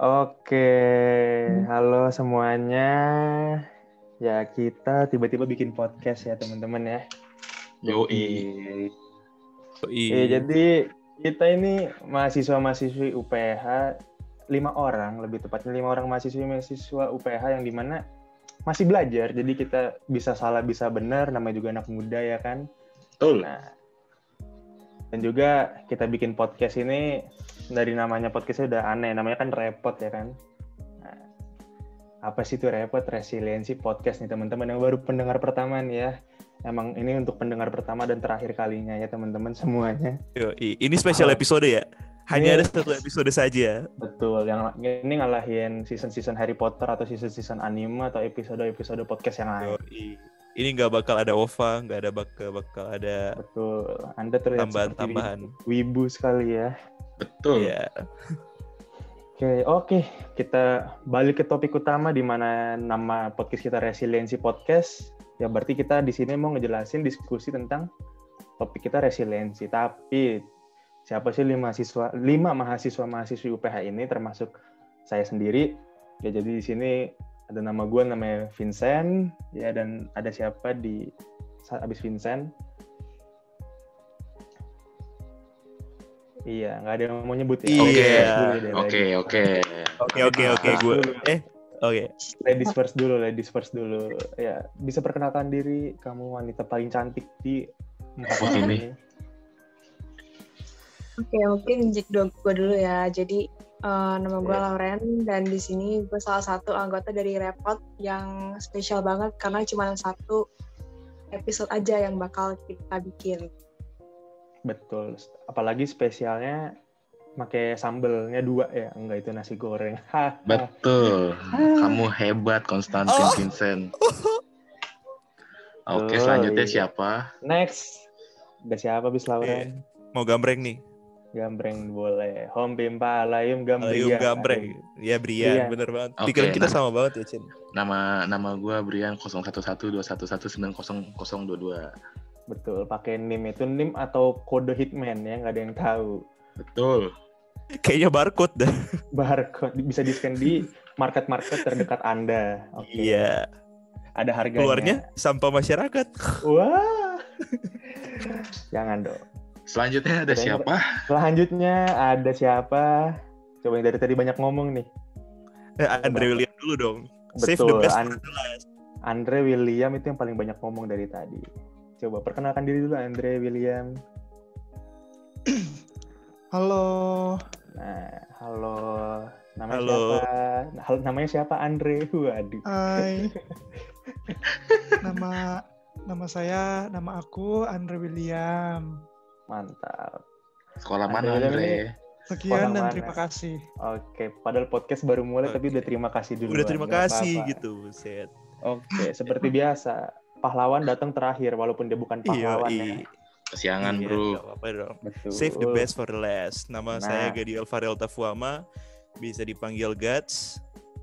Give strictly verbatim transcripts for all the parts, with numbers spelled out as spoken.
Oke, halo semuanya. Ya kita tiba-tiba bikin podcast ya teman-teman ya. Yoi. Yoi. Eh, jadi kita ini mahasiswa-mahasiswi U P H lima orang, lebih tepatnya lima orang mahasiswa-mahasiswa U P H yang dimana masih belajar. Jadi kita bisa salah bisa benar, namanya juga anak muda ya kan. Betul. Nah, dan juga kita bikin podcast ini dari namanya podcastnya udah aneh, namanya kan repot ya kan. Nah, apa sih itu repot? Resiliensi podcast nih teman-teman yang baru pendengar pertama nih ya. Emang ini untuk pendengar pertama dan terakhir kalinya ya teman-teman semuanya. Yoi. Ini spesial oh. episode ya? Hanya ini, ada satu episode saja. Betul, yang ini ngalahin season-season Harry Potter atau season-season anime atau episode-episode podcast yang lain. Yoi. Ini nggak bakal ada O V A, nggak ada bakal bakal ada. Betul. Anda terlihat tambahan-tambahan. Wibu sekali ya. Betul. Iya. Oke, oke. Kita balik ke topik utama di mana nama podcast kita Resiliensi Podcast. Ya berarti kita di sini mau ngejelasin diskusi tentang topik kita resiliensi. Tapi siapa sih lima mahasiswa, lima mahasiswa mahasiswi U P H ini termasuk saya sendiri. Ya jadi di sini ada nama gue namanya Vincent ya, dan ada siapa di abis Vincent? Iya, nggak ada yang mau nyebut ya. Iya. Oke, oke, oke, oke, oke, gue. Eh, oke. Okay. Ladies first dulu, ladies first dulu. Ya, bisa perkenalkan diri, kamu wanita paling cantik di empat oh, ini. Oke, mungkin gue dulu ya. Jadi uh, nama gue yeah. Lauren dan di sini gue salah satu anggota dari Repot yang spesial banget karena cuma satu episode aja yang bakal kita bikin. Betul, apalagi spesialnya pakai sambelnya dua ya, enggak itu nasi goreng. Betul, kamu hebat Konstantin oh. Vincent. Oke, selanjutnya siapa? Next, udah siapa bis Lauren? Eh, mau gambreng nih? Gambreng boleh. Home pimpa layum gambreng. Layum gambreng. Ya Brian, Brian, bener banget. Okay, pikiran kita nah, sama banget ya, Cin. Nama nama gue Brian nol satu satu dua satu satu sembilan nol nol dua dua. Betul, pakai N I M itu N I M atau kode Hitman ya, nggak ada yang tahu. Betul. Kayaknya barcode dah. Barcode bisa di-scan di market-market terdekat Anda. Oke. Okay. Iya. Ada harganya. Keluarnya sampah masyarakat. Wah. Jangan dong. Selanjutnya ada Selanjutnya, siapa? Selanjutnya ada siapa? Coba yang dari tadi banyak ngomong nih. Eh, Andre William dulu dong. Betul. Save the best An- Andre William itu yang paling banyak ngomong dari tadi. Coba perkenalkan diri dulu Andre William. Halo. Nah, halo. Namanya halo. siapa? Namanya siapa Andre? Waduh. Hai. nama nama saya, nama aku Andre William. Mantap. Sekolah mana Andre? Andre? Sekian Sekolah dan mana? terima kasih. Oke, padahal podcast baru mulai okay. tapi udah terima kasih dulu. Udah terima kasih apa-apa. Gitu, set. Oke, seperti biasa. Pahlawan datang terakhir walaupun dia bukan pahlawan iya, ya. Kesiangan iya, bro. Apa dong. Save the best for the last. Nama nah. saya Gadiel Farel Tafuama, bisa dipanggil Gats.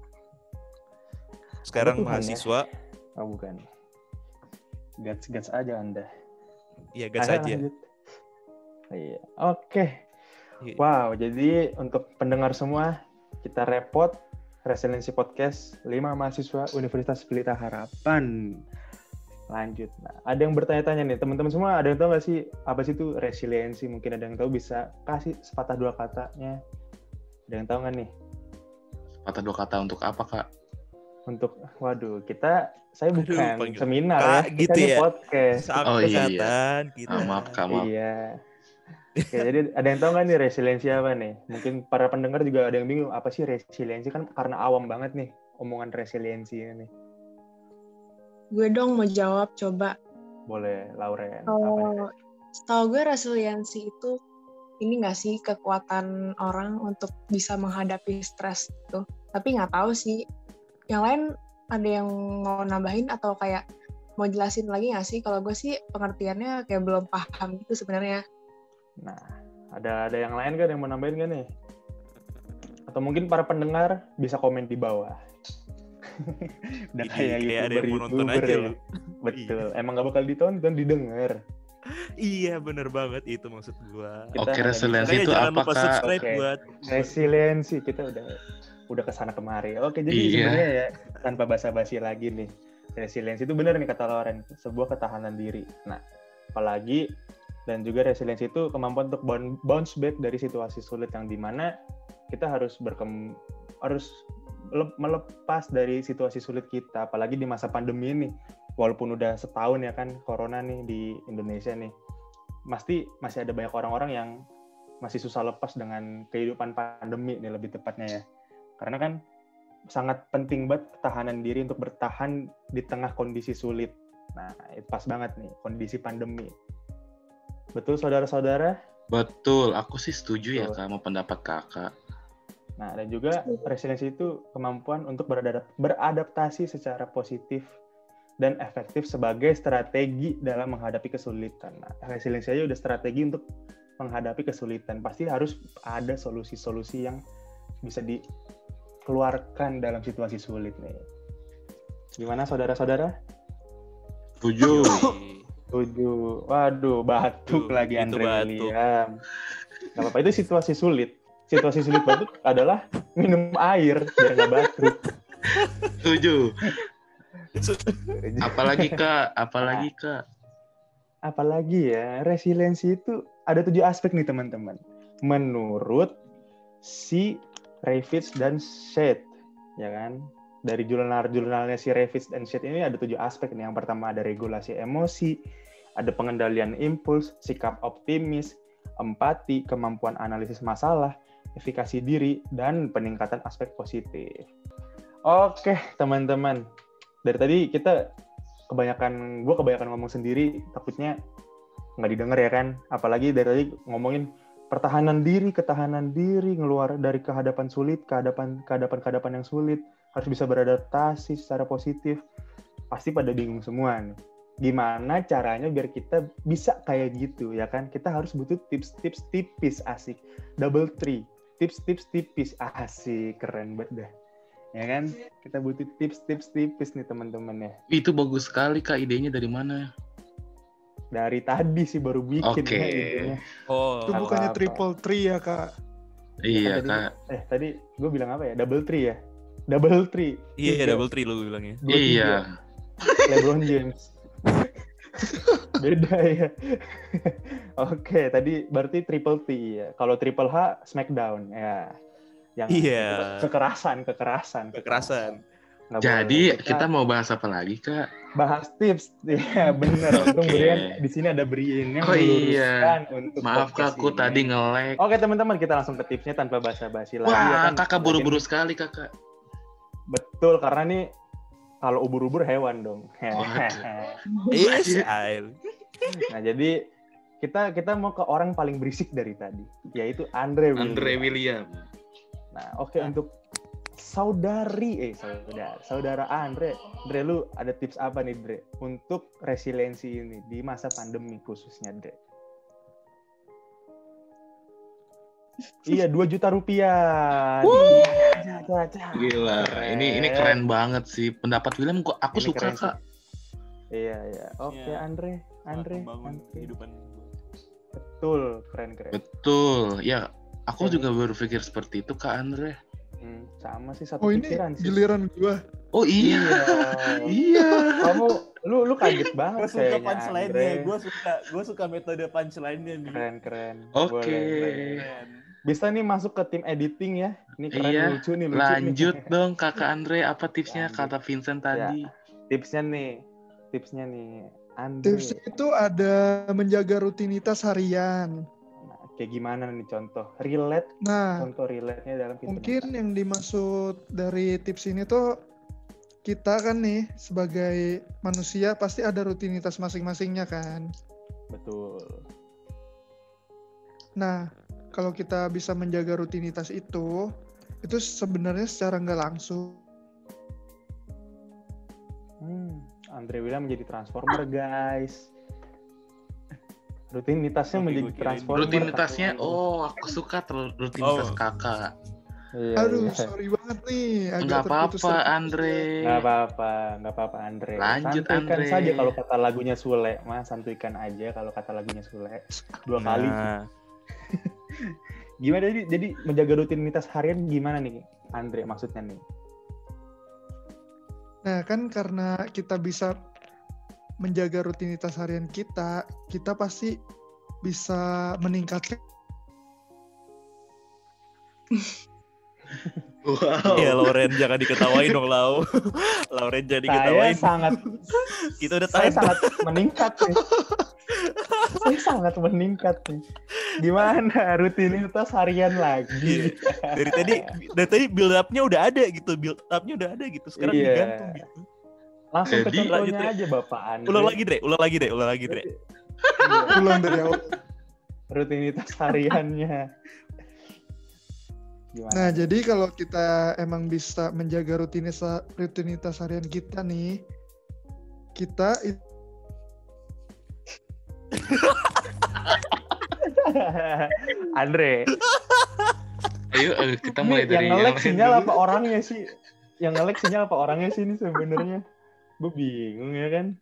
Sekarang mahasiswa. Ya? Oh bukan. Gats Gats aja Anda. Iya Gats Ayo, aja. Lanjut. Iya. Oke. Okay. Wow, jadi untuk pendengar semua, kita Repot Resiliensi Podcast lima mahasiswa Universitas Pelita Harapan. Lanjut. Nah, ada yang bertanya-tanya nih, teman-teman semua, ada yang tahu nggak sih apa sih itu resiliensi? Mungkin ada yang tahu, bisa kasih sepatah dua katanya. Ada yang tahu nggak nih? Sepatah dua kata untuk apa, Kak? Untuk, waduh, kita, saya bukan Aduh, seminar Kak, ya, gitu kita ya? podcast. Oh iya, kita. Oh, maaf, Kak, maaf. Iya. Oke, jadi ada yang tahu nggak nih resiliensi apa nih? Mungkin para pendengar juga ada yang bingung, apa sih resiliensi? Kan karena awam banget nih omongan resiliensi ini. Gue dong mau jawab, coba. Boleh, Lauren. Kalau setahu gue resiliensi itu ini nggak sih kekuatan orang untuk bisa menghadapi stres gitu. Tapi nggak tahu sih. Yang lain ada yang mau nambahin atau kayak mau jelasin lagi nggak sih? Kalau gue sih pengertiannya kayak belum paham gitu sebenarnya. Nah, ada ada yang lain kan yang mau nambahin kan nih? Atau mungkin para pendengar bisa komen di bawah. Udah kayak YouTuber, YouTuber aja ya. Betul, emang gak bakal ditonton, didengar. Iya bener banget itu maksud gua. Oke, resiliensi itu apa Kak? Subscribe okay. buat resiliensi kita udah udah kesana kemari. Oke, jadi Iya. sebenarnya ya tanpa basa-basi lagi nih, resiliensi itu benar nih kata Loren, sebuah ketahanan diri. Nah, apalagi dan juga resiliensi itu kemampuan untuk bounce back dari situasi sulit yang dimana kita harus berkem harus melepas dari situasi sulit kita, apalagi di masa pandemi ini. Walaupun udah setahun ya kan corona nih di Indonesia nih, pasti masih ada banyak orang-orang yang masih susah lepas dengan kehidupan pandemi nih lebih tepatnya ya. Karena kan sangat penting banget ketahanan diri untuk bertahan di tengah kondisi sulit. Nah, itu pas banget nih kondisi pandemi. Betul saudara-saudara? Betul, aku sih setuju ya Betul. Kak sama pendapat Kakak. Nah, dan juga resiliensi itu kemampuan untuk beradap- beradaptasi secara positif dan efektif sebagai strategi dalam menghadapi kesulitan. Nah, resiliensi aja udah strategi untuk menghadapi kesulitan. Pasti harus ada solusi-solusi yang bisa dikeluarkan dalam situasi sulit nih. Gimana saudara-saudara? Setuju. Setuju. Waduh, batuk Tuh, lagi itu Andre batuk. William. Gak apa-apa, itu situasi sulit. Situasi sulit batuk adalah minum air biar nggak batuk. Setuju. Apalagi Kak, apalagi Kak. Apalagi ya, resiliensi itu ada tujuh aspek nih teman-teman. Menurut si Ravitch dan Shedd, ya kan? Dari jurnal-jurnalnya si Ravitch dan Shedd ini ada tujuh aspek nih. Yang pertama ada regulasi emosi, ada pengendalian impuls, sikap optimis, empati, kemampuan analisis masalah, efikasi diri, dan peningkatan aspek positif. Oke, teman-teman. Dari tadi kita kebanyakan, gue kebanyakan ngomong sendiri, takutnya nggak didengar ya kan. Apalagi dari tadi ngomongin pertahanan diri, ketahanan diri, ngeluar dari kehadapan sulit, kehadapan kehadapan-kehadapan yang sulit, harus bisa beradaptasi secara positif. Pasti pada bingung semua nih. Gimana caranya biar kita bisa kayak gitu, ya kan? Kita harus butuh tips-tips tipis, asik. Double three. Tips-tips tipis, asik. Keren banget dah. Ya kan? Kita butuh tips-tips tipis nih teman-teman ya. Itu bagus sekali Kak, idenya dari mana? Dari tadi sih baru bikin Oke. ya idenya. Oh, Itu bukannya apa-apa. triple three ya, Kak? Iya Kan tadi- Kak. Eh, tadi gue bilang apa ya? Double three ya? Double three. iya Tiga. double three lu bilangnya. Dua, tiga. Iya. LeBron James. Beda ya. Oke, tadi berarti triple T ya. Kalau triple H Smackdown ya. Yang Iya. kekerasan, kekerasan, Kekerasan. Nggak Jadi boleh. kita mau bahas apa lagi Kak? bahas tips. Ya, bener. Untung Oke. Brian di sini ada Brian yang Oh, iya. meluruskan untuk Maaf Kak, podcast aku ini. tadi nge-lag. Oke, teman-teman, kita langsung ke tipsnya tanpa basa-basi lagi. ya Wah, kan? Kakak buru-buru sekali Kakak. Betul, karena nih kalau ubur-ubur hewan dong. Yes, I'll. Nah, jadi kita kita mau ke orang paling berisik dari tadi, yaitu Andre William. Andre William. Nah, oke untuk saudari eh saudara saudara Andre, Andre lu ada tips apa nih Dre untuk resiliensi ini di masa pandemi khususnya Dre? Iya, dua juta rupiah. Ja, ja, ja. Gila, ini ini keren banget sih. Pendapat William kok aku Ini suka keren sih. Kak. Iya, iya. Oke, Iya. Andre, Andre. Membangun Andre. kehidupan. Betul, keren keren. Betul. Ya, aku Yang- juga berpikir seperti itu Kak Andre. Hmm, sama sih satu Oh, ini pikiran sih. giliran gua. Oh iya. Iya. Kamu lu lu kaget banget Gue suka kayaknya, punchline-nya, Andre. gue suka gue suka metode punchline-nya nih. Keren keren. Oke. Boleh, boleh. Keren. Bisa nih masuk ke tim editing ya. Ini keren Iya, lucu nih lucu Lanjut nih. dong Kakak Andre, apa tipsnya Lanjut. kata Vincent tadi? Tipsnya nih. Tipsnya nih. Andre. Tipsnya itu ada menjaga rutinitas harian. Nah, kayak gimana nih contoh? Relate, Nah, contoh relate-nya dalam kehidupan. mungkin yang dimaksud dari tips ini tuh kita kan nih sebagai manusia pasti ada rutinitas masing-masingnya kan. Betul. Nah, kalau kita bisa menjaga rutinitas itu, itu sebenarnya secara nggak langsung Hmm, Andre William menjadi transformer, guys. Rutinitasnya Oke, menjadi gua kirain transformer. Rutinitasnya, katanya. oh aku suka ter- rutinitas Oh. Kakak. Iya, Aduh, iya. sorry banget nih. agak Enggak terputus-terputus apa-apa ya. Andre. Nggak apa-apa, nggak apa-apa Andre. Lanjut, Santuikan Andre. saja kalau kata lagunya Sule, Mas. Santuikan aja kalau kata lagunya Sule. Dua kali. Nah, Gimana jadi, jadi menjaga rutinitas harian gimana nih, Andre maksudnya nih? Nah, kan karena kita bisa menjaga rutinitas harian kita, kita pasti bisa meningkatkan. Wow. Iya, Lauren jangan diketawain dong, Lau. Lauren jangan Saya diketawain. sangat, Kita udah saya tahan. sangat meningkat nih. Saya sangat meningkat nih. Gimana rutinitas harian lagi? Iya. Dari tadi, dari tadi build up-nya udah ada gitu, build up-nya udah ada gitu. Sekarang Iya. digantung gitu. Langsung ke Jadi, lanjut, contohnya Dre. aja Bapak Andre. Ulang lagi, Dre. Ulang lagi, Dre. Ulang lagi, Dre. Iya. Ulang dari awal. Rutinitas hariannya. Gimana? Nah, jadi kalau kita emang bisa menjaga rutinitas rutinitas harian kita nih, kita it- Andre, Ayo eh, kita ini mulai dari yang nge-lag lain sinyal dulu. apa orangnya sih? Yang nge-lag sinyal apa orangnya sih ini sebenarnya? Gue bingung ya kan.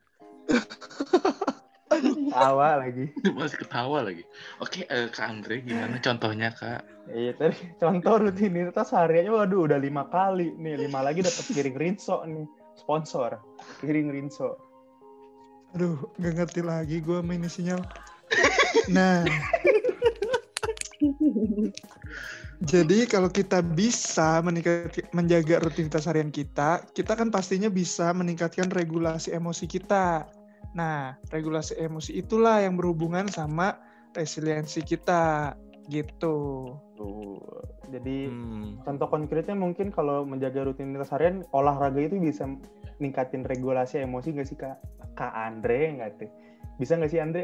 Tawa lagi. Masih ketawa lagi. Oke, eh, Kak Andre gimana contohnya, Kak? Iya tadi contoh rutinitas hariannya, waduh udah lima kali nih, lima lagi dapat piring Rinso nih, sponsor piring Rinso. aduh, nggak ngerti lagi gue main sinyal. Nah, jadi kalau kita bisa meningkat, menjaga rutinitas harian kita, kita kan pastinya bisa meningkatkan regulasi emosi kita. Nah, regulasi emosi itulah yang berhubungan sama resiliensi kita, gitu. Tuh, jadi Hmm. contoh konkretnya mungkin kalau menjaga rutinitas harian, olahraga itu bisa ningkatin regulasi emosi nggak sih Kak? Kak Andre nggak tuh? Bisa nggak sih Andre?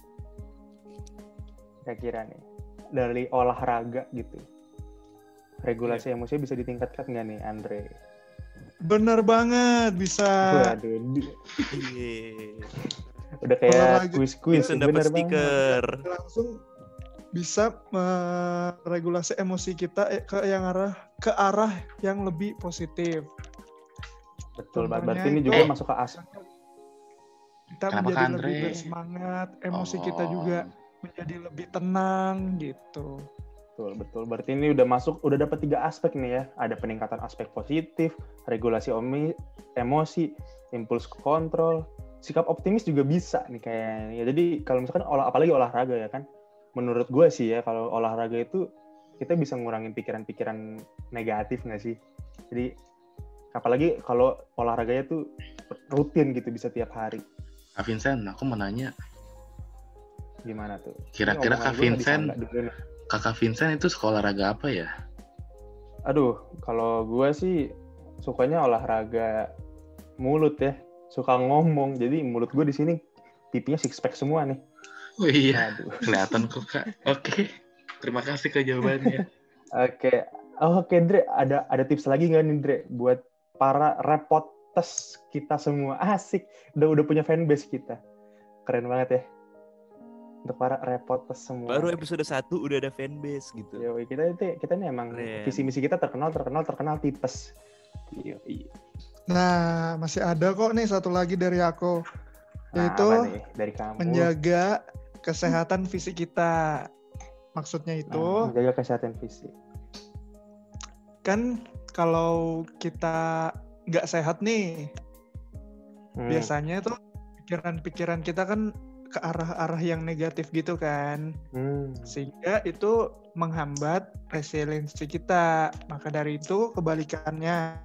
Kira-kira nih, dari olahraga gitu. Regulasi emosi bisa ditingkatkan nggak nih Andre? Bener banget, bisa. Waduh, di- Iya. udah kayak Olahraga. kuis-kuis. Vincent dapat bener banget. stiker. Langsung bisa meregulasi emosi kita eh, ke yang arah ke arah yang lebih positif. Betul banget. Contohnya Berarti ini itu- juga masuk ke as. Kita Kenapa, menjadi Kak lebih Andre? bersemangat, emosi Oh. kita juga menjadi lebih tenang gitu. Betul, betul. Berarti ini udah masuk, udah dapat tiga aspek nih ya. Ada peningkatan aspek positif, regulasi omi, emosi, impuls kontrol, sikap optimis juga bisa nih kayaknya. Ya, jadi kalau misalkan olah, apalagi olahraga ya kan, menurut gue sih ya kalau olahraga itu kita bisa ngurangin pikiran-pikiran negatif nggak sih? Jadi apalagi kalau olahraganya tuh rutin gitu, bisa tiap hari. Kak Vincent, aku mau nanya, Gimana tuh? kira-kira Ini Kak omongan gue nggak Vincent, disangka dulu nih. Kakak Vincent itu sekolah olahraga apa ya? Aduh, kalau gue sih sukanya olahraga mulut ya, suka ngomong. Jadi mulut gue di sini pipinya six pack semua nih. Oh iya, Aduh. kelihatan kok Kak. Oke, terima kasih Kak jawabannya. Oke, oh, oke Dre, ada ada tips lagi nggak nih Dre buat para repotes kita semua? Asik, udah udah punya fanbase kita, keren banget ya. Untuk para repotes semua. Baru episode satu udah ada fanbase gitu. Yoi, kita itu kita nih emang Keren. visi misi kita terkenal terkenal terkenal tipes. Yoi. Nah, masih ada kok nih satu lagi dari aku, Nah, yaitu apa nih dari kamu? menjaga kesehatan fisik kita. Maksudnya itu Nah, menjaga kesehatan fisik. kan kalau kita nggak sehat nih, Hmm. biasanya tuh pikiran-pikiran kita kan ke arah-arah yang negatif gitu kan, Hmm. sehingga itu menghambat resiliensi kita. Maka dari itu kebalikannya.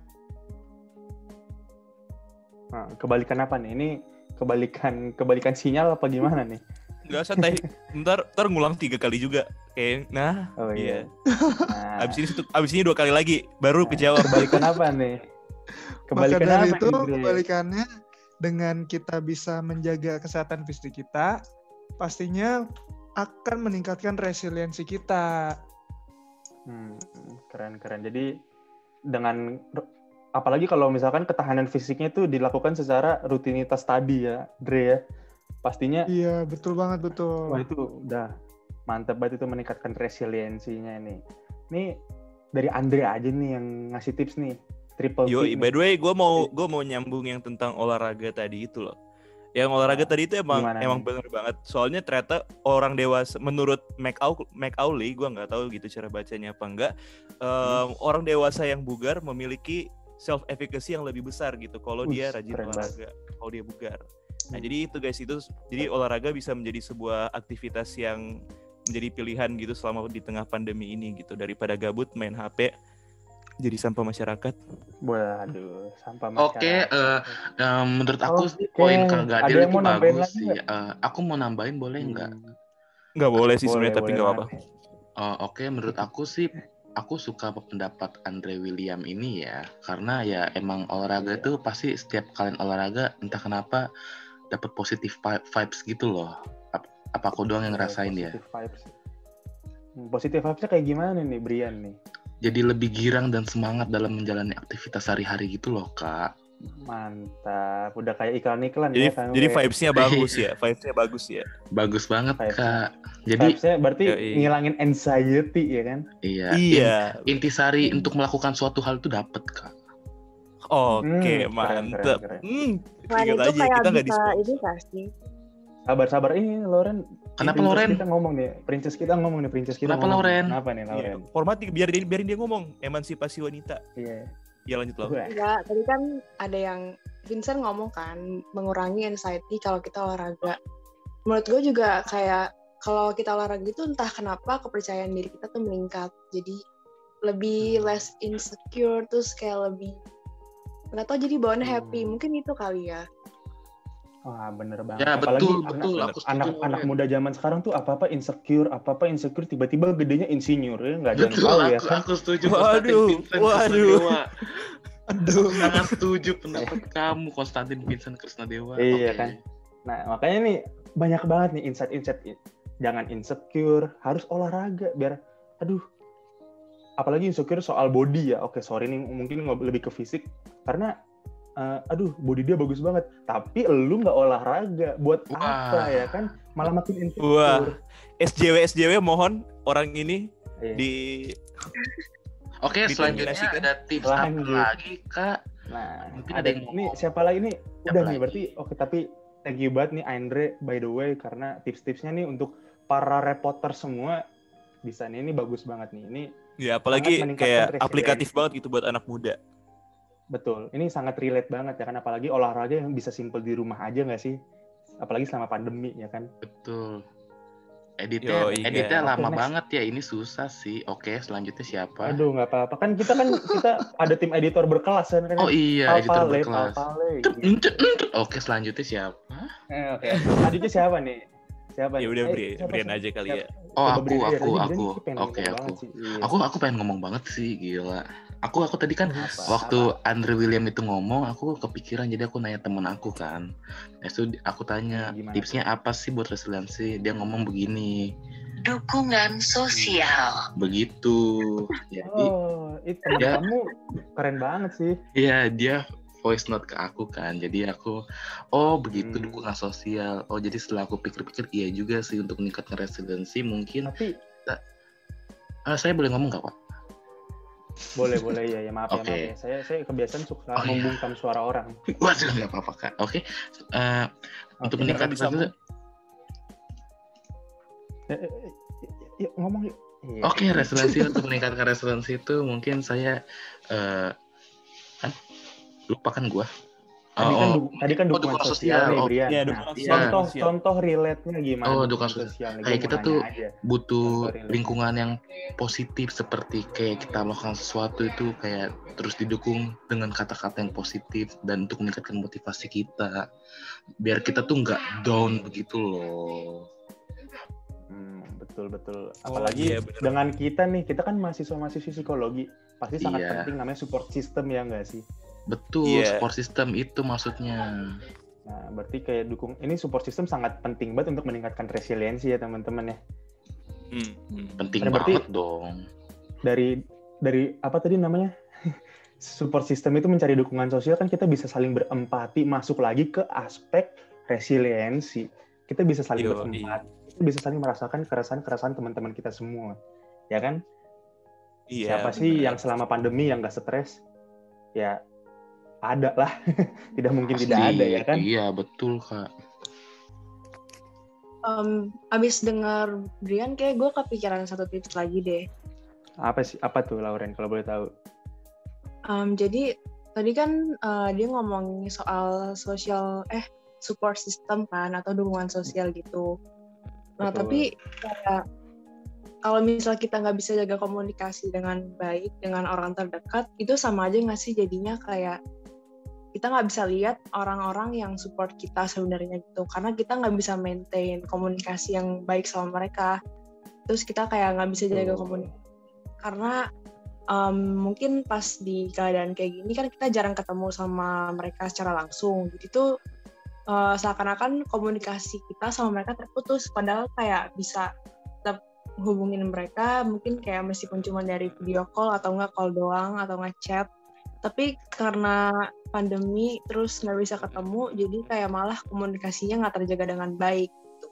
Nah, kebalikan apa nih? Ini kebalikan kebalikan sinyal apa gimana nih? Nggak santai. Ntar, ntar ngulang tiga kali juga. Kayak, nah, Oh iya. iya. Nah, Abis ini satu, abis ini dua kali lagi, baru kejawab. kebalikan apa nih? Kebalikan Maka dari apa itu nih, Dre? kebalikannya, dengan kita bisa menjaga kesehatan fisik kita, pastinya akan meningkatkan resiliensi kita. Hmm, keren-keren. Jadi dengan apalagi kalau misalkan ketahanan fisiknya itu dilakukan secara rutinitas tadi ya, Dre ya. Pastinya Iya, betul banget, betul. wah itu udah mantap banget itu meningkatkan resiliensinya nih. Nih dari Andre aja nih yang ngasih tips nih. Triple Yo, T by nih. the way, gue mau gue mau nyambung yang tentang olahraga tadi itu loh. Yang olahraga tadi itu emang Gimana emang nih? bener banget. Soalnya ternyata orang dewasa, menurut McAuley, gue nggak tahu gitu cara bacanya apa enggak. Um, hmm. Orang dewasa yang bugar memiliki self efficacy yang lebih besar gitu. Kalau dia rajin olahraga, kalau dia bugar. Nah hmm. jadi itu guys itu, jadi olahraga bisa menjadi sebuah aktivitas yang menjadi pilihan gitu selama di tengah pandemi ini gitu, daripada gabut main H P. Jadi sampah masyarakat. Waduh, sampah masyarakat. Oke, uh, uh, menurut aku oh, sih poin Kak Gadil itu bagus sih. Uh, aku mau nambahin boleh nggak? Hmm. Nggak boleh sih sebenarnya, tapi nggak apa-apa. Uh, Oke, okay, menurut aku sih, aku suka pendapat Andre William ini ya, karena ya emang olahraga iya. itu pasti setiap kalian olahraga entah kenapa dapat positif vibes gitu loh. Apa, apa aku doang yang ngerasain ya? Positif vibes. Positif vibesnya kayak gimana nih, Brian nih? Jadi lebih girang dan semangat dalam menjalani aktivitas sehari-hari gitu loh, Kak. Mantap, udah kayak iklan-iklan jadi, ya kan. Jadi vibes-nya bagus ya, vibes-nya bagus ya. Bagus banget, vibes. Kak. Jadi vibes-nya berarti ya, iya. ngilangin anxiety ya kan? Iya. Iya. In, intisari hmm. untuk melakukan suatu hal itu dapat, Kak. Oke, hmm, mantap. Keren, keren, keren. Hmm, nah, itu aja. kayak Kita bisa ini pasti. Sabar-sabar ini Loren. Kenapa Princess Loren? Kita ngomong nih, Princess kita ngomong nih, Princess kita. Kenapa ngomong. Loren? Kenapa nih Loren? Iya, hormati, biar dia, biarin dia ngomong. Emansipasi wanita. Iya. Ya lanjut loh. Enggak, tadi kan ada yang Vincent ngomong kan mengurangi anxiety kalau kita olahraga. Menurut gue juga kayak kalau kita olahraga itu entah kenapa kepercayaan diri kita tuh meningkat. Jadi lebih less insecure, terus kayak lebih nggak tahu, jadi bawaannya happy. Mungkin itu kali ya. Wah, bener banget. Ya, apalagi betul, anak, betul. Aku anak anak muda zaman sekarang tuh apa-apa insecure, apa-apa insecure, tiba-tiba gedenya insinyur ya, nggak ada yang tahu ya kan. Aku setuju. Waduh, waduh. Aduh, sangat setuju pendapat kamu, Konstantin Vincent Kresnadewa. Iya okay. kan. Nah, makanya nih banyak banget nih insight-insight. Jangan insecure, harus olahraga biar, aduh, apalagi insecure soal body ya. Oke, sorry nih, mungkin lebih ke fisik karena Uh, aduh, body dia bagus banget, tapi lu nggak olahraga, buat Wah. apa ya kan? Malah makin insecure. Wah, S J W S J W mohon orang ini iya. di. Oke, selanjutnya ada tips Lanjut. apa lagi, Kak? Nah, mungkin ada, ada yang ini mau. siapa lagi nih? Siapa Udah lagi? nih, berarti oke. Tapi thank you banget nih Andre, by the way, karena tips-tipsnya nih untuk para reporter semua di sana ini bagus banget nih. Ini ya apalagi kayak aplikatif banget gitu buat anak muda. Betul, ini sangat relate banget ya kan, apalagi olahraga yang bisa simple di rumah aja nggak sih? Apalagi selama pandemi ya kan? Betul. Editnya, Yo, iya. editnya Oke, lama next. banget ya, ini susah sih. Oke, selanjutnya siapa? Aduh, nggak apa-apa kan kita kan kita ada tim editor berkelas kan? Oh iya, Pal editor Pale, berkelas. Pal Pale. Oke, selanjutnya siapa? Eh, Oke, selanjutnya siapa nih? Siapa? Ya nih? udah Eh, beri, siapa berian sih? aja kali ya. Oh, Coba aku, Brian aja. aku, Tadi Brian aku. sih pengen Oke, ngomong aku. banget sih. Iya. Aku aku pengen ngomong banget sih, gila. Aku aku tadi kan Apa? waktu Apa? Andre William itu ngomong, aku kepikiran, jadi aku nanya temen aku kan. Itu aku tanya, Gimana tipsnya tuh? apa sih buat resiliensi? Dia ngomong begini. Dukungan sosial. Begitu. Jadi, Oh, itu temen Ya. kamu keren banget sih. iya dia voice note ke aku kan. Jadi aku, oh begitu Hmm. dukungan sosial. Oh jadi setelah aku pikir-pikir, iya juga sih untuk meningkatkan resiliensi mungkin. Tapi Ah, saya boleh ngomong nggak, Pak? boleh boleh ya ya maaf ya Oke. maaf ya. Saya saya kebiasaan suka Oh, iya. membungkam suara orang. Waduh, nggak apa-apa Kak. Oke, Eh, untuk Oke, meningkatkan bisa resiliensi. Eh, eh, eh, Yuk ngomong yuk. Iya. Oke, resiliensi untuk meningkatkan resiliensi itu mungkin saya eh kan lupa kan gua. Tadi kan, Oh, du- tadi kan oh, dukungan dukungan sosial, sosial. nih, Oh, Brian. Iya, Nah, dukungan iya. contoh sosial. contoh relate-nya gimana? Oh, dukungan dukungan sosial nih? kayak Gua kita mau tuh nanya aja. butuh Contoh relate. lingkungan yang positif, seperti kayak kita melakukan sesuatu itu kayak terus didukung dengan kata-kata yang positif dan untuk meningkatkan motivasi kita biar kita tuh nggak down begitu loh. Hmm, betul betul. Oh, Apalagi iya, bener. dengan kita nih, kita kan mahasiswa-mahasiswa psikologi, pasti sangat Iya. penting namanya support system ya nggak sih? Betul, Iya. support system itu maksudnya. Nah, berarti kayak dukung ini support system sangat penting banget untuk meningkatkan resiliensi ya teman-teman ya. Hmm, hmm. Penting Nah, berarti- banget dong. Dari dari apa tadi namanya? Support system itu mencari dukungan sosial, kan kita bisa saling berempati, masuk lagi ke aspek resiliensi. Kita bisa saling Yo, berempati, kita bisa saling merasakan keresahan-keresahan teman-teman kita semua. Ya kan? Iya, Siapa sih bener. yang selama pandemi yang nggak stres? Ya ada lah. Tidak mungkin tidak Pasti, ada ya kan? Iya, betul Kak. Um, abis dengar Brian, kayak gue kepikiran satu tips lagi deh. Apa sih? Apa tuh Lauren kalau boleh tahu? Um, jadi tadi kan uh, dia ngomongin soal social eh support system kan atau dukungan sosial gitu. Nah Betul. tapi kayak kalau misal kita nggak bisa jaga komunikasi dengan baik dengan orang terdekat, itu sama aja nggak sih jadinya kayak kita nggak bisa lihat orang-orang yang support kita sebenarnya gitu, karena kita nggak bisa maintain komunikasi yang baik sama mereka. Terus kita kayak nggak bisa jaga Betul. komunikasi karena um, mungkin pas di keadaan kayak gini kan kita jarang ketemu sama mereka secara langsung. Jadi tuh uh, seakan-akan komunikasi kita sama mereka terputus, padahal kayak bisa tetap hubungin mereka, mungkin kayak meskipun cuma dari video call atau nggak call doang atau nggak chat. Tapi karena pandemi terus nggak bisa ketemu, jadi kayak malah komunikasinya nggak terjaga dengan baik.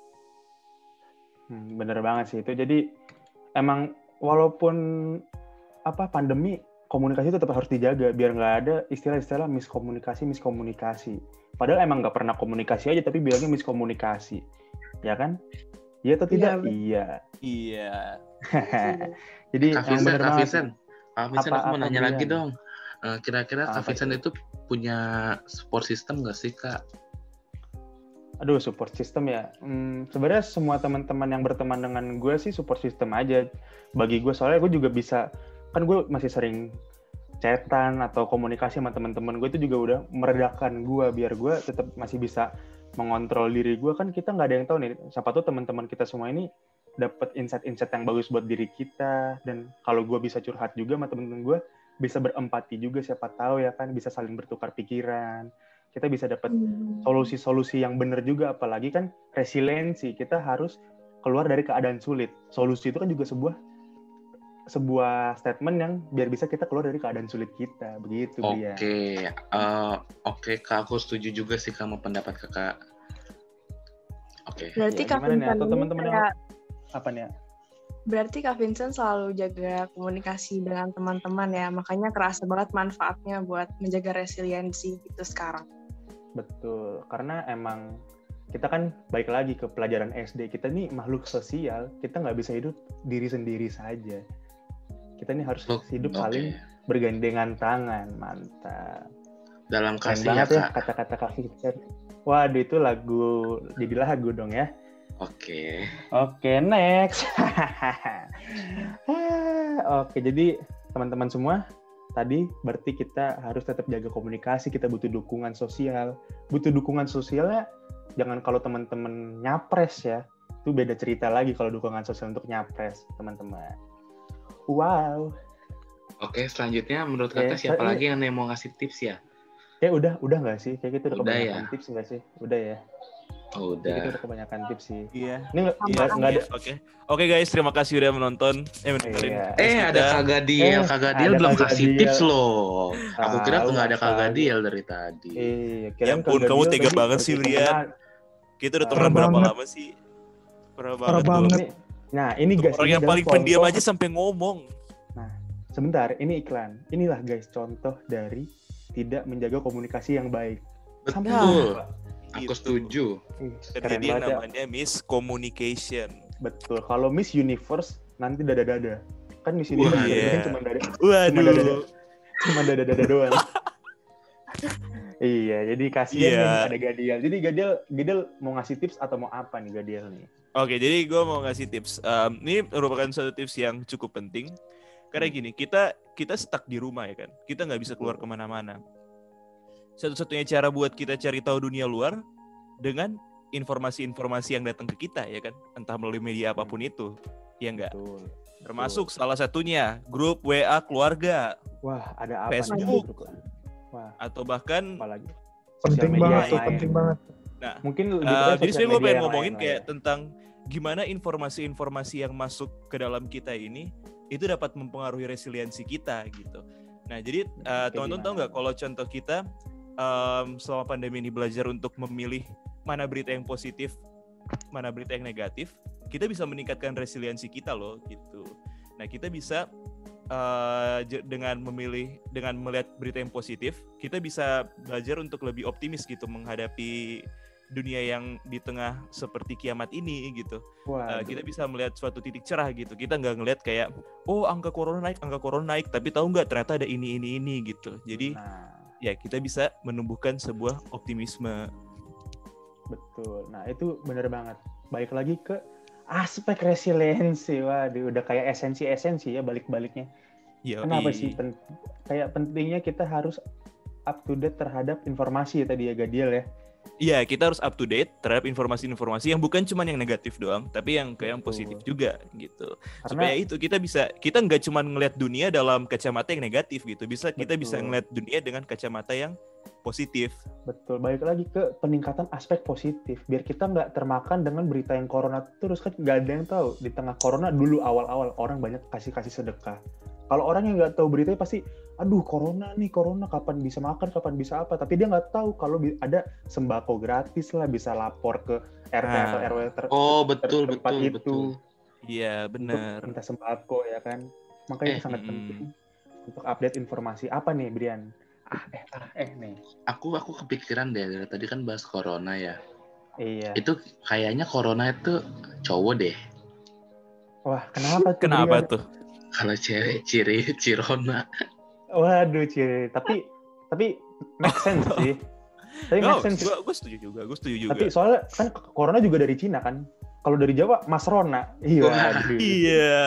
Hmm, bener banget sih itu. Jadi emang walaupun apa pandemi, komunikasi tetap harus dijaga biar nggak ada istilah-istilah miskomunikasi miskomunikasi. Padahal emang nggak pernah komunikasi aja, tapi bilangnya miskomunikasi, ya kan? Iya atau tidak? Iya. Iya. Jadi Kak emang Vincent, bener Kak banget. Vincent, Kak Vincent, Apa- aku mau apa, nanya Brian? lagi dong. Eh, kira-kira Kak Apa Vincent itu? itu punya support system nggak sih, Kak? Aduh, support system ya. Hmm, sebenarnya semua teman-teman yang berteman dengan gue sih support system aja. Bagi gue, soalnya gue juga bisa, kan gue masih sering chatan atau komunikasi sama teman-teman gue, itu juga udah meredakan gue, biar gue tetap masih bisa mengontrol diri gue. Kan kita nggak ada yang tahu nih, siapa tuh teman-teman kita semua ini dapat insight-insight yang bagus buat diri kita. Dan kalau gue bisa curhat juga sama teman-teman gue, bisa berempati juga, siapa tahu ya kan, bisa saling bertukar pikiran. Kita bisa dapat solusi-solusi yang benar juga, apalagi kan resiliensi, kita harus keluar dari keadaan sulit. Solusi itu kan juga sebuah sebuah statement yang biar bisa kita keluar dari keadaan sulit kita, begitu Oke, dia. eh, oke Kak, aku setuju juga sih sama pendapat Kakak. Oke. Berarti Ya, Kak gimana nih? Vincent Atau ini teman-teman yang kayak apa nih? berarti Kak Vincent selalu jaga komunikasi dengan teman-teman ya, makanya kerasa banget manfaatnya buat menjaga resiliensi gitu sekarang. Betul, karena emang kita kan balik lagi ke pelajaran S D, kita nih makhluk sosial, kita nggak bisa hidup diri sendiri saja. Kita nih harus Loh, hidup oke. saling bergandengan tangan, mantap. Dalam Keren kasih ya, banget ya Kak. kata-kata Kak Vincent. Waduh, itu lagu, jadi lagu dong ya. Oke. Oke, next. Oke, jadi teman-teman semua, tadi berarti kita harus tetap jaga komunikasi, kita butuh dukungan sosial. Butuh dukungan sosialnya, jangan kalau teman-teman nyapres ya. Itu beda cerita lagi kalau dukungan sosial untuk nyapres, teman-teman. Wow. Oke, selanjutnya menurut Oke, Kakak siapa ini- lagi yang mau ngasih tips ya? Kayak udah, udah nggak sih? Kayak gitu udah, Udah kebanyakan ya? tips nggak sih? Udah ya? Oh, Kayak gitu udah. udah kebanyakan tips sih. Iya. Ini nggak Iya, nggak- nggak ada. Oke. Oke guys, terima kasih udah menonton. Eh, mendengarin. Iya. podcast Eh, ada kita. Kak Gadiel. Eh, Kak Gadiel ada belum Kak kasih Gadiel. tips loh. Aku kira Tahu, nggak ada Kak tahu. Gadiel dari tadi. Iya, Ya kirain ampun, Kak kamu Gadiel tega tadi banget sih, pergi Brian. kemana. Kita udah Parah temenan berapa banget. lama sih? Parah Parah banget. banget. tuh. Ini, nah, ini Tuh, guys, orang ini yang adalah paling pendiam contoh- aja sampai ngomong. Sebentar, ini iklan. Inilah guys contoh dari tidak menjaga komunikasi yang baik. Sampai Betul. lupa. Aku Gitu. setuju. Ih, Dan keren jadi yang banget ya. namanya miscommunication. Betul. Kalau Miss Universe nanti dada-dada. Kan Miss Wah, Universe iya. kan cuma dada, cuma dada, Waduh. cuma dada-dada doang. Iya, jadi kasihan Iya. nih ada Gadiel. Jadi Gadiel, Gadiel mau ngasih tips atau mau apa nih Gadiel nih? Oke, jadi gue mau ngasih tips. Um, ini merupakan satu tips yang cukup penting. Karena gini, kita kita stuck di rumah ya kan. Kita nggak bisa keluar kemana-mana. Satu-satunya cara buat kita cari tahu dunia luar dengan informasi-informasi yang datang ke kita ya kan. Entah melalui media apapun itu. Ya enggak. Betul. Termasuk salah satunya grup W A keluarga. Wah, ada apa nih? Facebook. Wah, Atau bahkan apalagi? Penting Sosial media banget yang tuh, lain. penting banget. nah Mungkin lebih Uh, tepatnya jadi sosial sebenarnya gue media pengen yang ngomongin lain lah kayak ya. tentang gimana informasi-informasi yang masuk ke dalam kita ini itu dapat mempengaruhi resiliensi kita gitu. Nah jadi uh, Kayak teman-teman tahu gimana? nggak kalau contoh kita um, selama pandemi ini belajar untuk memilih mana berita yang positif, mana berita yang negatif, kita bisa meningkatkan resiliensi kita loh gitu. Nah kita bisa uh, j- dengan memilih dengan melihat berita yang positif, kita bisa belajar untuk lebih optimis gitu menghadapi dunia yang di tengah seperti kiamat ini gitu. Uh, Waduh. kita bisa melihat suatu titik cerah gitu. Kita nggak ngelihat kayak, oh angka corona naik, angka corona naik, tapi tahu nggak ternyata ada ini ini ini gitu. Jadi Nah, ya kita bisa menumbuhkan sebuah optimisme. betul. Nah, itu bener banget. Balik lagi ke aspek resiliensi. Waduh, udah kayak esensi-esensi ya balik-baliknya. Yoi. Kenapa sih pen- kayak pentingnya kita harus up to date terhadap informasi ya tadi ya Gadiel ya. Iya, kita harus up to date terhadap informasi-informasi yang bukan cuma yang negatif doang, tapi yang kayak yang Betul. positif juga gitu. Karena Supaya itu kita bisa, kita nggak cuma ngelihat dunia dalam kacamata yang negatif gitu. Bisa kita bisa Betul. ngelihat dunia dengan kacamata yang positif. betul, balik lagi ke peningkatan aspek positif. Biar kita nggak termakan dengan berita yang corona terus, kan nggak ada yang tahu. Di tengah corona dulu awal-awal orang banyak kasih-kasih sedekah. Kalau orang yang nggak tahu beritanya pasti, aduh corona nih, corona kapan bisa makan, kapan bisa apa. Tapi dia nggak tahu kalau bi- ada sembako gratis lah, bisa lapor ke R T atau Ah. R W ter- Oh betul tempat betul itu betul. Iya, untuk benar. minta sembako ya kan. Makanya Eh, sangat mm-mm. penting untuk update informasi. Apa nih Brian? Ah eh ah eh nih. Aku aku kepikiran deh dari tadi kan bahas corona ya. Iya. Itu kayaknya corona itu cowok deh. Wah, kenapa tuh? Kenapa Brian? tuh? Kalau cewek ciri Cirona. Waduh, Ciri. Tapi tapi make sense sih. Tapi No, make sense. gue gue setuju juga, gue setuju juga. Tapi soalnya kan corona juga dari Cina kan. Kalau dari Jawa Mas Rona. Iya. Wah, Waduh. Iya.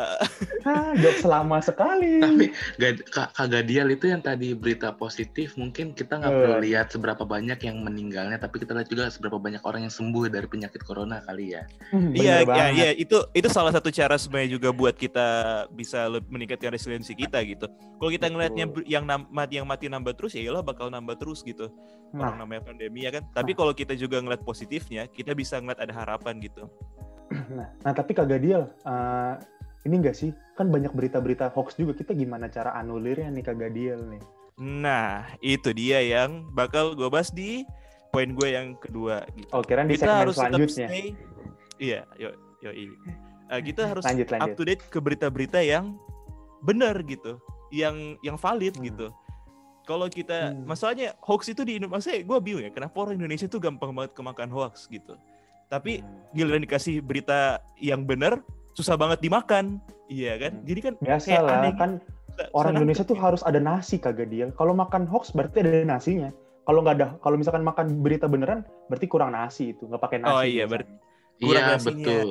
Ah, jokes lama sekali. Tapi Gad- Kak Kak Gadiel itu yang tadi berita positif, mungkin kita nggak Eh. perlu lihat seberapa banyak yang meninggalnya, tapi kita lihat juga seberapa banyak orang yang sembuh dari penyakit corona kali ya. Hmm, Iya, bener iya, banget. iya, itu itu salah satu cara sebenarnya juga buat kita bisa lebih meningkatkan resiliensi kita gitu. Kalau kita ngelihatnya Betul. ber- yang nam- mati yang mati nambah terus, ya iyalah bakal nambah terus gitu. Orang Nah, namanya pandemi ya kan. Tapi kalau kita juga ngeliat positifnya, kita bisa ngeliat ada harapan gitu. nah, nah tapi Kak Gadiel, eh, ini enggak sih? Kan banyak berita-berita hoax juga. Kita gimana cara anulirnya nih Kak Gadiel nih? Nah, itu dia yang bakal gue bahas di poin gue yang kedua gitu. Oh, kirain di Kita segmen harus tetap selanjutnya. stay. Iya, yo yo ini. Eh, kita harus Lanjut, up lanjut. to date ke berita-berita yang benar gitu, yang yang valid Hmm. gitu. Kalau kita, Hmm. masalahnya hoax itu di Indonesia, gue bingung ya, kenapa orang Indonesia tuh gampang banget kemakan hoax gitu. Tapi Hmm. giliran dikasih berita yang benar, susah banget dimakan, iya kan? Hmm. Jadi kan Biasa kayak lah, aneh kan gitu. Susah- orang susah Indonesia nangkep tuh gitu. harus ada nasi Kak Gadiel. Kalau makan hoax berarti ada nasinya. Kalau nggak ada, kalau misalkan makan berita beneran, berarti kurang nasi itu, nggak pakai nasi. Oh iya, biasanya. berarti kurang Iya nasinya. betul.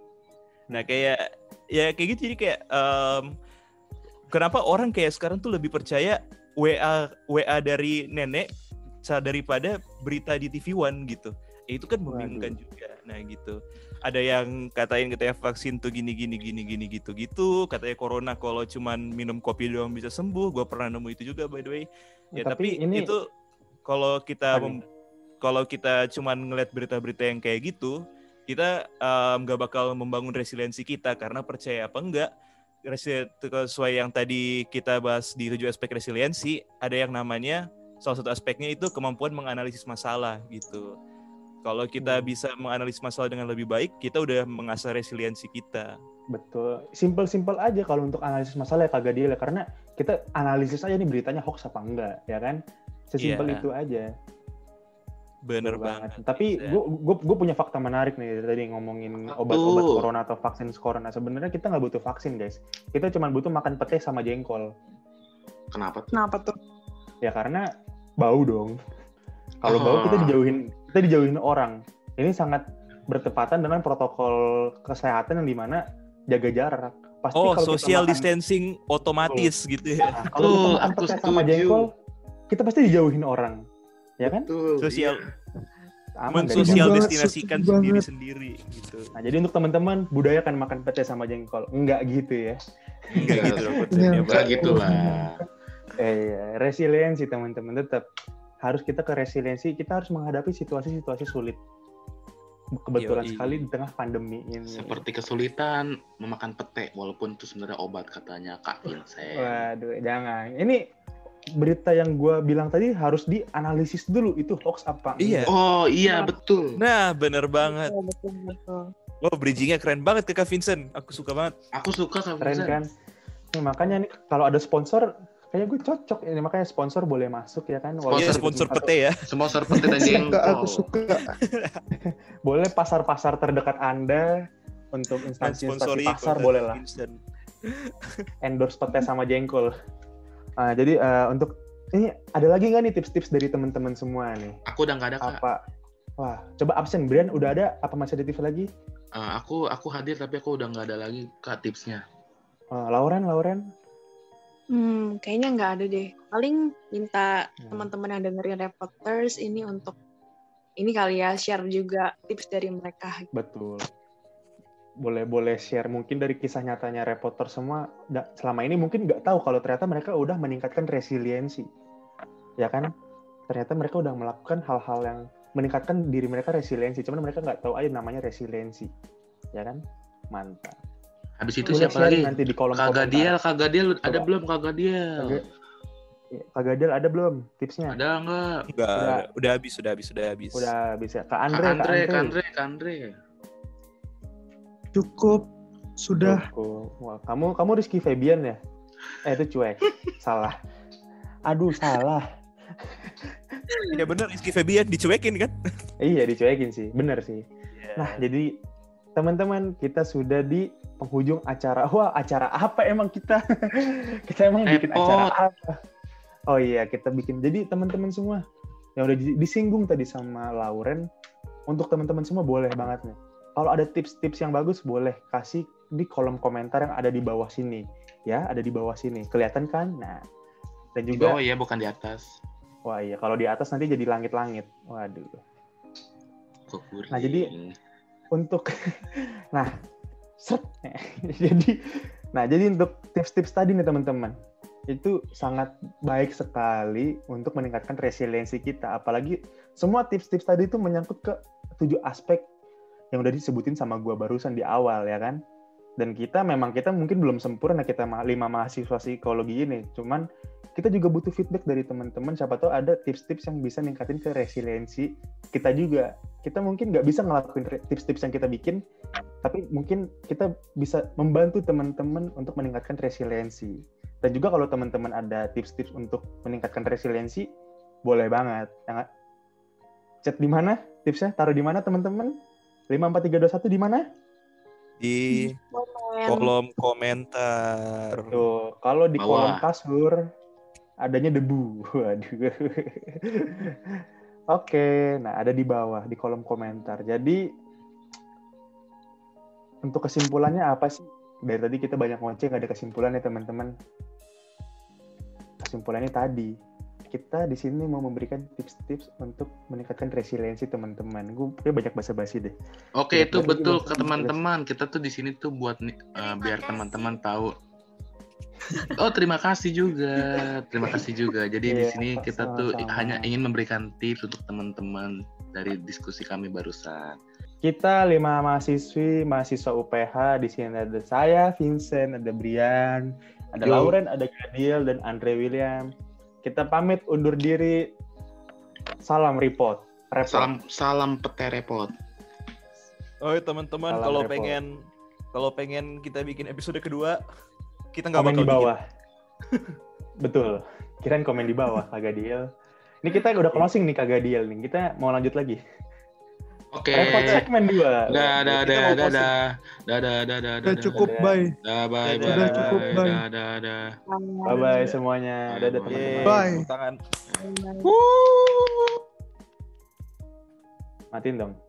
Nah kayak ya kayak gitu, jadi kayak em, kenapa orang kayak sekarang tuh lebih percaya W A W A dari nenek sa- daripada berita di T V One gitu. Ya, itu kan membingungkan juga. Nah gitu. Ada yang katain katanya vaksin tuh gini gini gini gini gitu gitu. Katanya corona kalau cuman minum kopi doang bisa sembuh. Gua pernah nemu itu juga by the way. Ya Tapi tapi, ini- itu kalau kita Apa mem- kalau kita cuman ngeliat berita-berita yang kayak gitu, kita em, nggak bakal membangun resiliensi kita karena percaya apa enggak resi- sesuai yang tadi kita bahas di tujuh aspek resiliensi, ada yang namanya salah satu aspeknya itu kemampuan menganalisis masalah gitu. Kalau kita Hmm. bisa menganalisis masalah dengan lebih baik, kita udah mengasah resiliensi kita. Betul. Simpel-simpel aja kalau untuk analisis masalah ya Kak Gadiel ya. Karena kita analisis aja nih beritanya hoax apa enggak, ya kan? Sesimpel Iya. itu aja. Bener Betul banget. Tapi Bisa. gue gue punya fakta menarik nih dari tadi ngomongin Apa obat-obat tuh? corona atau vaksin corona. Sebenarnya kita nggak butuh vaksin guys. Kita cuma butuh makan pete sama jengkol. Kenapa tuh? Kenapa tuh? Ya karena bau dong. Kalau bau Oh. kita dijauhin kita dijauhin orang. Ini sangat bertepatan dengan protokol kesehatan yang dimana jaga jarak. Pasti Oh, kalau kita social makan- distancing otomatis gitu ya. Nah, kalau kita Betul, makan aku pete sama setuju. jengkol, kita pasti dijauhin orang. Ya kan? Betul. Sosial iya. Aman dari mensosial jauh. banget, destinasikan setuju banget. sendiri-sendiri gitu. Nah, jadi untuk teman-teman, budayakan makan pete sama jengkol. Enggak gitu ya. Enggak Iya. gitu dong konsepnya, Iya. Pak. Enggak gitu lah. Eh, iya. Resiliensi teman-teman tetap harus kita ke resiliensi. Kita harus menghadapi situasi-situasi sulit. Kebetulan Yoi. sekali di tengah pandemi ini. Seperti kesulitan memakan pete, walaupun itu sebenarnya obat katanya Kak Vincent. Waduh, jangan. Ini berita yang gue bilang tadi harus dianalisis dulu itu hoax apa Iya. enggak. Oh iya betul. Nah, bener banget. Betul, betul, betul. Wow, bridging-nya keren banget ke Kak Vincent. Aku suka banget. Aku suka Kak Keren Vincent. kan? Nih, makanya nih kalau ada sponsor kayak gue cocok ini, makanya sponsor boleh masuk ya kan. Oh iya, sponsor pete ya. Sponsor pete dan Suka, jengkol. aku suka. Boleh pasar-pasar terdekat Anda untuk instansi-instansi pasar boleh lah. Endorse pete sama jengkol. Nah, jadi uh, untuk ini ada lagi nggak nih tips-tips dari teman-teman semua nih? Aku udah nggak ada kak. Apa? Wah, coba absen. Brian udah ada? Apa masih ada tips lagi? Uh, aku aku hadir tapi aku udah nggak ada lagi kak tipsnya. Uh, Lauren, Lauren? Hmm, kayaknya nggak ada deh. Paling minta Hmm. teman-teman yang dengerin Reporters ini untuk ini kali ya, share juga tips dari mereka. Betul. Boleh boleh share mungkin dari kisah nyatanya reporter semua. Da, selama ini mungkin nggak tahu kalau ternyata mereka udah meningkatkan resiliensi, ya kan? Ternyata mereka udah melakukan hal-hal yang meningkatkan diri mereka resiliensi. Cuman mereka nggak tahu aja namanya resiliensi, ya kan? Mantap. Habis itu Boleh siapa share lagi? nanti di kolom Kak komentar. Gadiel, Kak Gadiel ada Coba. belum Kak Gadiel? Kak Kak Gadel ada belum tipsnya? Ada nggak? Enggak, Udah. udah, udah habis, udah habis, udah habis. Udah bisa. Kak Kak Andre, Andre, Kak Kak Andre, Kak Andre. Cukup. Sudah. Cukup. Wah, kamu kamu Rizky Febian ya? Eh itu cuek. Salah. Aduh salah. Ya bener, Rizky Febian dicuekin kan? Iya dicuekin sih, bener sih. Yeah. Nah jadi teman-teman kita sudah di penghujung acara. Wah acara apa emang kita? Kita emang bikin Repot. acara apa? Oh iya kita bikin. Jadi teman-teman semua yang udah disinggung tadi sama Lauren, untuk teman-teman semua boleh banget nih. Kalau ada tips-tips yang bagus boleh kasih di kolom komentar yang ada di bawah sini. Ya, ada di bawah sini. Kelihatan kan? Nah, dan Di juga bawah ya, bukan di atas. wah iya, kalau di atas nanti jadi langit-langit. Waduh. Kukuring. Nah, jadi untuk nah, set. jadi nah, jadi untuk tips-tips tadi nih teman-teman. Itu sangat baik sekali untuk meningkatkan resiliensi kita. Apalagi semua tips-tips tadi itu menyangkut ke tujuh aspek yang udah disebutin sama gua barusan di awal ya kan. Dan kita memang kita mungkin belum sempurna kita ma- lima mahasiswa psikologi ini. Cuman kita juga butuh feedback dari teman-teman. Siapa tahu ada tips-tips yang bisa ningkatin ke resiliensi kita juga. Kita mungkin nggak bisa ngelakuin re- tips-tips yang kita bikin, tapi mungkin kita bisa membantu teman-teman untuk meningkatkan resiliensi. Dan juga kalau teman-teman ada tips-tips untuk meningkatkan resiliensi, boleh banget. Yang chat di mana? Tipsnya taruh di mana teman-teman? lima empat tiga dua satu di mana? Di kolom komentar. Tuh, kalau di Bawah. kolom kasur adanya debu. Waduh. Oke, nah ada di bawah di kolom komentar. Jadi untuk kesimpulannya apa sih? Dari tadi kita banyak ngoceh, nggak ada kesimpulannya teman-teman. Kesimpulannya tadi kita di sini mau memberikan tips-tips untuk meningkatkan resiliensi teman-teman. Gue banyak basa-basi deh. Oke, Tidak itu lagi betul bahasa ke teman-teman. Kita tuh di sini tuh buat nih, uh, biar teman-teman tahu. Oh, terima kasih juga. Terima kasih juga. Jadi di Iya, sini kita tuh sama-sama. hanya ingin memberikan tips untuk teman-teman dari diskusi kami barusan. Kita lima mahasiswi, mahasiswa U P H. Di sini ada saya, Vincent, ada Brian, ada Yo. Lauren, ada Gadiel, dan Andre William. Kita pamit undur diri. Salam report. report. Salam salam pete repot. Oh teman-teman, Salam kalau repot. pengen kalau pengen kita bikin episode kedua, kita nggak Komen bakal di bawah. Betul. Kirain komen di bawah, Kak Gadiel. Ini kita udah closing nih, Kak Gadiel nih. Kita mau lanjut lagi. Oke. Report segmen dua. Dah dah Kita dah mau dah closing. dah dah dah dah dah Udah dah, cukup, Dadah. bye. dah bye Dadah. bye Udah cukup, bye bye. dah dah dah. Bye-bye semuanya. Bye, Dadah bye. teman-teman. Bye. Tepuk tangan. Matiin dong.